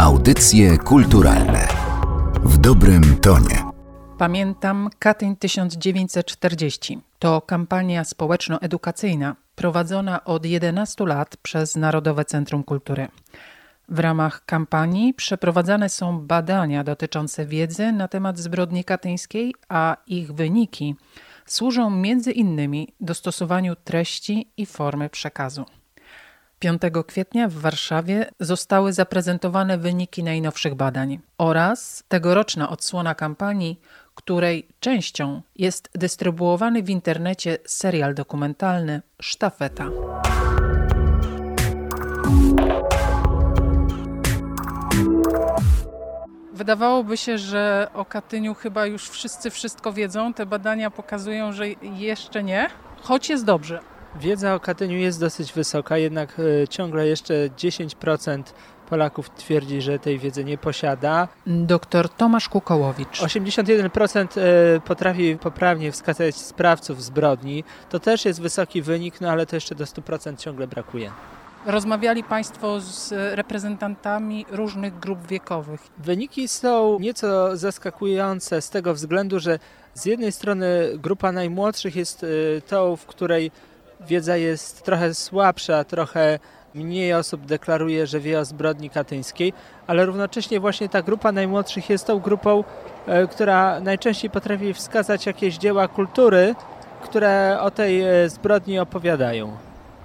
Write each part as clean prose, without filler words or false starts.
Audycje kulturalne w dobrym tonie. Pamiętam Katyń 1940. To kampania społeczno-edukacyjna prowadzona od 11 lat przez Narodowe Centrum Kultury. W ramach kampanii przeprowadzane są badania dotyczące wiedzy na temat zbrodni katyńskiej, a ich wyniki służą między innymi dostosowaniu treści i formy przekazu. 5 kwietnia w Warszawie zostały zaprezentowane wyniki najnowszych badań oraz tegoroczna odsłona kampanii, której częścią jest dystrybuowany w internecie serial dokumentalny Sztafeta. Wydawałoby się, że o Katyniu chyba już wszyscy wszystko wiedzą. Te badania pokazują, że jeszcze nie, choć jest dobrze. Wiedza o Katyniu jest dosyć wysoka, jednak ciągle jeszcze 10% Polaków twierdzi, że tej wiedzy nie posiada. Dr Tomasz Kukołowicz. 81% potrafi poprawnie wskazać sprawców zbrodni. To też jest wysoki wynik, ale to jeszcze do 100% ciągle brakuje. Rozmawiali Państwo z reprezentantami różnych grup wiekowych. Wyniki są nieco zaskakujące z tego względu, że z jednej strony grupa najmłodszych jest tą, w której wiedza jest trochę słabsza, trochę mniej osób deklaruje, że wie o zbrodni katyńskiej, ale równocześnie właśnie ta grupa najmłodszych jest tą grupą, która najczęściej potrafi wskazać jakieś dzieła kultury, które o tej zbrodni opowiadają.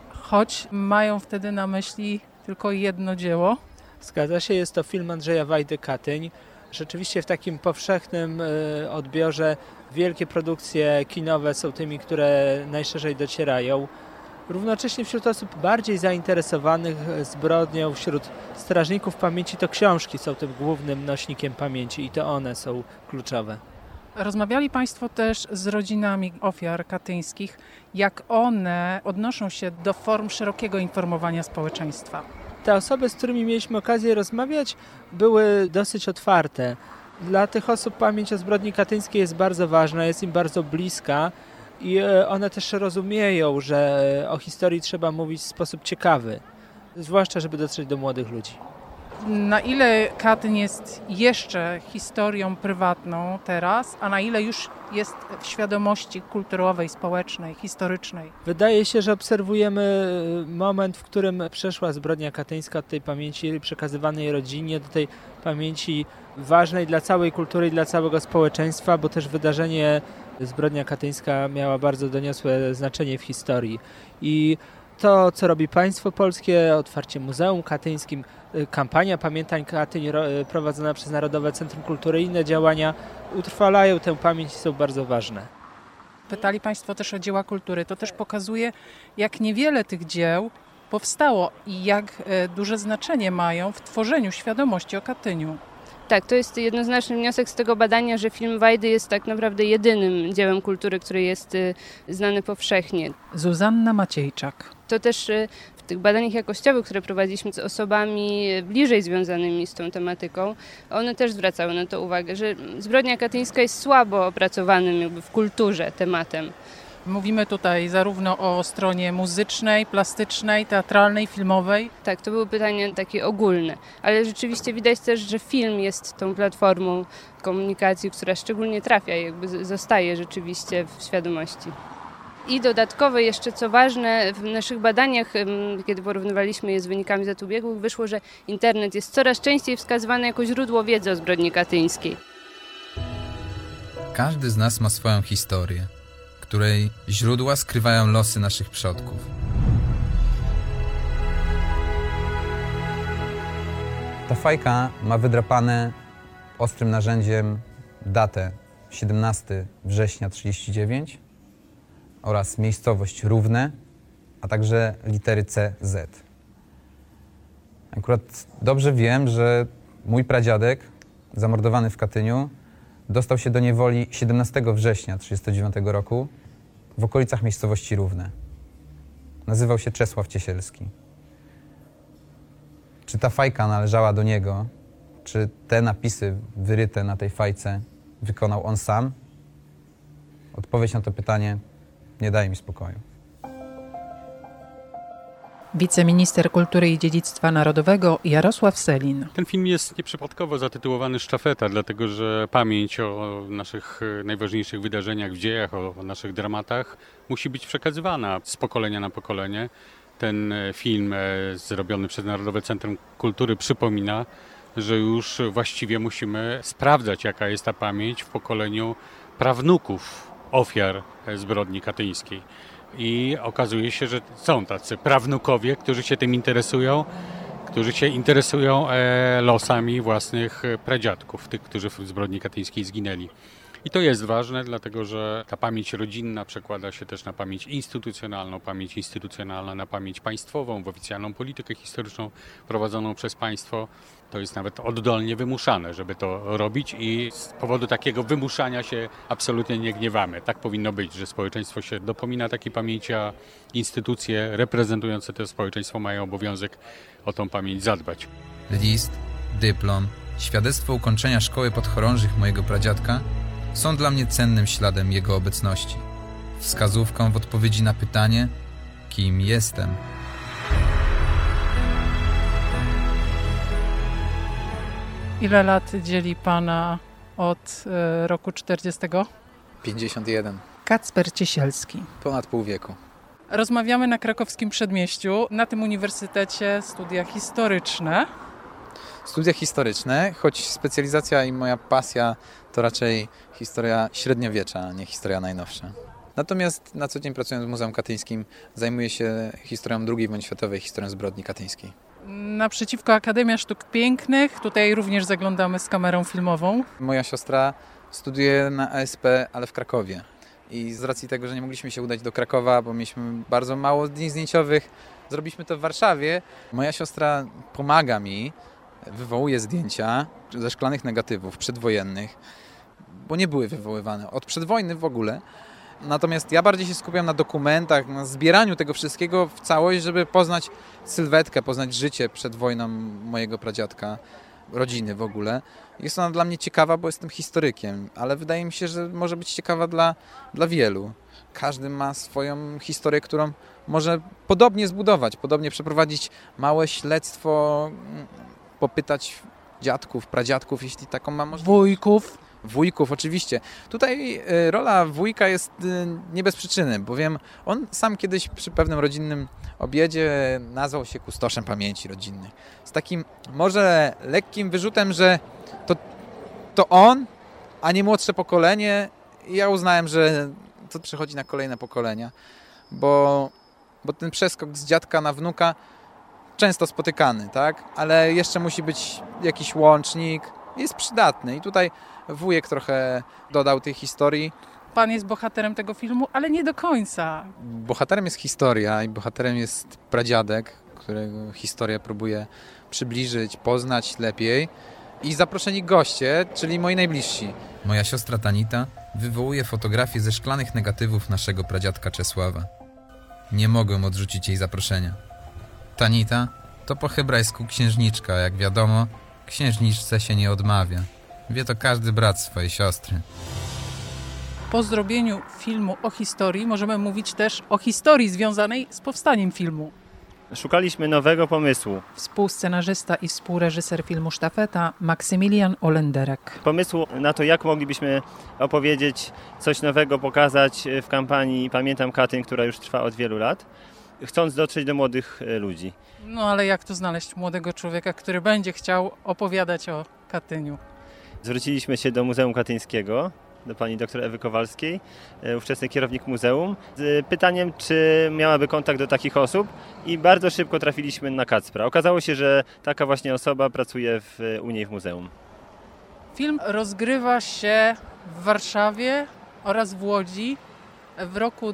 Choć mają wtedy na myśli tylko jedno dzieło. Zgadza się, jest to film Andrzeja Wajdy Katyń. Rzeczywiście w takim powszechnym odbiorze wielkie produkcje kinowe są tymi, które najszerzej docierają. Równocześnie wśród osób bardziej zainteresowanych zbrodnią, wśród strażników pamięci, to książki są tym głównym nośnikiem pamięci i to one są kluczowe. Rozmawiali Państwo też z rodzinami ofiar katyńskich, jak one odnoszą się do form szerokiego informowania społeczeństwa. Te osoby, z którymi mieliśmy okazję rozmawiać, były dosyć otwarte. Dla tych osób pamięć o zbrodni katyńskiej jest bardzo ważna, jest im bardzo bliska i one też rozumieją, że o historii trzeba mówić w sposób ciekawy, zwłaszcza żeby dotrzeć do młodych ludzi. Na ile Katyń jest jeszcze historią prywatną teraz, a na ile już jest w świadomości kulturowej, społecznej, historycznej? Wydaje się, że obserwujemy moment, w którym przeszła zbrodnia katyńska od tej pamięci przekazywanej rodzinie do tej pamięci ważnej dla całej kultury i dla całego społeczeństwa, bo też wydarzenie zbrodnia katyńska miała bardzo doniosłe znaczenie w historii. I to, co robi państwo polskie, otwarcie Muzeum Katyńskim, kampania Pamiętaj Katyń prowadzona przez Narodowe Centrum Kultury i inne działania utrwalają tę pamięć i są bardzo ważne. Pytali Państwo też o dzieła kultury. To też pokazuje, jak niewiele tych dzieł powstało i jak duże znaczenie mają w tworzeniu świadomości o Katyniu. Tak, to jest jednoznaczny wniosek z tego badania, że film Wajdy jest tak naprawdę jedynym dziełem kultury, który jest znany powszechnie. Zuzanna Maciejczak. To też w tych badaniach jakościowych, które prowadziliśmy z osobami bliżej związanymi z tą tematyką, one też zwracały na to uwagę, że zbrodnia katyńska jest słabo opracowanym jakby w kulturze tematem. Mówimy tutaj zarówno o stronie muzycznej, plastycznej, teatralnej, filmowej. Tak, to były pytania takie ogólne, ale rzeczywiście widać też, że film jest tą platformą komunikacji, która szczególnie trafia, jakby zostaje rzeczywiście w świadomości. I dodatkowo jeszcze, co ważne, w naszych badaniach, kiedy porównywaliśmy je z wynikami z lat ubiegłych, wyszło, że internet jest coraz częściej wskazywany jako źródło wiedzy o zbrodni katyńskiej. Każdy z nas ma swoją historię, której źródła skrywają losy naszych przodków. Ta fajka ma wydrapane ostrym narzędziem datę 17 września 1939 oraz miejscowość Równe, a także litery C, Z. Akurat dobrze wiem, że mój pradziadek, zamordowany w Katyniu, dostał się do niewoli 17 września 1939 roku w okolicach miejscowości Równe. Nazywał się Czesław Ciesielski. Czy ta fajka należała do niego? Czy te napisy wyryte na tej fajce wykonał on sam? Odpowiedź na to pytanie nie daje mi spokoju. Wiceminister Kultury i Dziedzictwa Narodowego Jarosław Sellin. Ten film jest nieprzypadkowo zatytułowany Sztafeta, dlatego że pamięć o naszych najważniejszych wydarzeniach w dziejach, o naszych dramatach musi być przekazywana z pokolenia na pokolenie. Ten film zrobiony przez Narodowe Centrum Kultury przypomina, że już właściwie musimy sprawdzać, jaka jest ta pamięć w pokoleniu prawnuków ofiar zbrodni katyńskiej. I okazuje się, że są tacy prawnukowie, którzy się tym interesują, którzy się interesują losami własnych pradziadków, tych, którzy w zbrodni katyńskiej zginęli. I to jest ważne, dlatego że ta pamięć rodzinna przekłada się też na pamięć instytucjonalna na pamięć państwową, w oficjalną politykę historyczną prowadzoną przez państwo. To jest nawet oddolnie wymuszane, żeby to robić i z powodu takiego wymuszania się absolutnie nie gniewamy. Tak powinno być, że społeczeństwo się dopomina takiej pamięci, a instytucje reprezentujące to społeczeństwo mają obowiązek o tą pamięć zadbać. List, dyplom, świadectwo ukończenia szkoły podchorążych mojego pradziadka są dla mnie cennym śladem jego obecności, wskazówką w odpowiedzi na pytanie, kim jestem. Ile lat dzieli pana od roku 40? 51. Kacper Ciesielski. Ponad pół wieku. Rozmawiamy na krakowskim Przedmieściu, na tym uniwersytecie studia historyczne. Studia historyczne, choć specjalizacja i moja pasja to raczej historia średniowiecza, a nie historia najnowsza. Natomiast na co dzień pracując w Muzeum Katyńskim zajmuję się historią II wojny światowej, historią zbrodni katyńskiej. Naprzeciwko Akademia Sztuk Pięknych, tutaj również zaglądamy z kamerą filmową. Moja siostra studiuje na ASP, ale w Krakowie. I z racji tego, że nie mogliśmy się udać do Krakowa, bo mieliśmy bardzo mało dni zdjęciowych, zrobiliśmy to w Warszawie. Moja siostra pomaga mi, wywołuje zdjęcia ze szklanych negatywów przedwojennych, bo nie były wywoływane od przedwojny w ogóle. Natomiast ja bardziej się skupiam na dokumentach, na zbieraniu tego wszystkiego w całość, żeby poznać sylwetkę, poznać życie przed wojną mojego pradziadka, rodziny w ogóle. Jest ona dla mnie ciekawa, bo jestem historykiem, ale wydaje mi się, że może być ciekawa dla wielu. Każdy ma swoją historię, którą może podobnie zbudować, podobnie przeprowadzić małe śledztwo, popytać dziadków, pradziadków, jeśli taką ma możliwość. Wujków, oczywiście. Tutaj rola wujka jest nie bez przyczyny, bowiem on sam kiedyś przy pewnym rodzinnym obiedzie nazwał się kustoszem pamięci rodzinnej. Z takim może lekkim wyrzutem, że to on, a nie młodsze pokolenie. I ja uznałem, że to przechodzi na kolejne pokolenia, bo ten przeskok z dziadka na wnuka często spotykany, tak? Ale jeszcze musi być jakiś łącznik, jest przydatny i tutaj wujek trochę dodał tej historii. Pan jest bohaterem tego filmu, ale nie do końca. Bohaterem jest historia i bohaterem jest pradziadek, którego historię próbuję przybliżyć, poznać lepiej i zaproszeni goście, czyli moi najbliżsi. Moja siostra Tanita wywołuje fotografię ze szklanych negatywów naszego pradziadka Czesława. Nie mogłem odrzucić jej zaproszenia. Tanita to po hebrajsku księżniczka, jak wiadomo, księżniczce się nie odmawia. Wie to każdy brat swojej siostry. Po zrobieniu filmu o historii możemy mówić też o historii związanej z powstaniem filmu. Szukaliśmy nowego pomysłu. Współscenarzysta i współreżyser filmu Sztafeta Maksymilian Olenderek. Pomysłu na to, jak moglibyśmy opowiedzieć coś nowego, pokazać w kampanii Pamiętam Katyń, która już trwa od wielu lat, chcąc dotrzeć do młodych ludzi. No ale jak tu znaleźć młodego człowieka, który będzie chciał opowiadać o Katyniu? Zwróciliśmy się do Muzeum Katyńskiego, do pani dr Ewy Kowalskiej, ówczesny kierownik muzeum, z pytaniem, czy miałaby kontakt do takich osób i bardzo szybko trafiliśmy na Kacpra. Okazało się, że taka właśnie osoba pracuje u niej w muzeum. Film rozgrywa się w Warszawie oraz w Łodzi w roku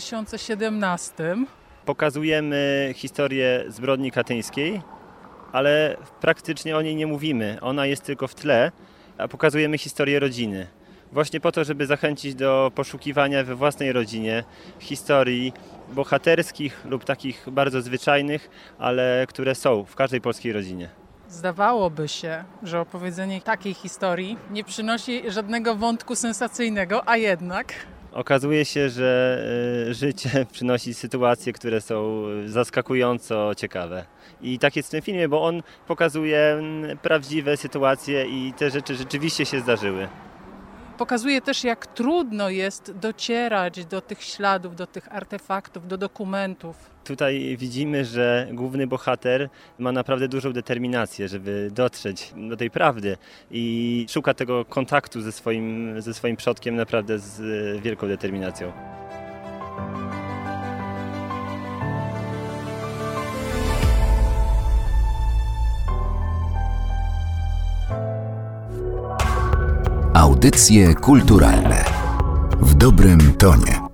2017. Pokazujemy historię zbrodni katyńskiej, ale praktycznie o niej nie mówimy. Ona jest tylko w tle, a pokazujemy historię rodziny. Właśnie po to, żeby zachęcić do poszukiwania we własnej rodzinie historii bohaterskich lub takich bardzo zwyczajnych, ale które są w każdej polskiej rodzinie. Zdawałoby się, że opowiedzenie takiej historii nie przynosi żadnego wątku sensacyjnego, a jednak... Okazuje się, że życie przynosi sytuacje, które są zaskakująco ciekawe. I tak jest w tym filmie, bo on pokazuje prawdziwe sytuacje i te rzeczy rzeczywiście się zdarzyły. Pokazuje też, jak trudno jest docierać do tych śladów, do tych artefaktów, do dokumentów. Tutaj widzimy, że główny bohater ma naprawdę dużą determinację, żeby dotrzeć do tej prawdy i szuka tego kontaktu ze swoim przodkiem naprawdę z wielką determinacją. Audycje kulturalne w dobrym tonie.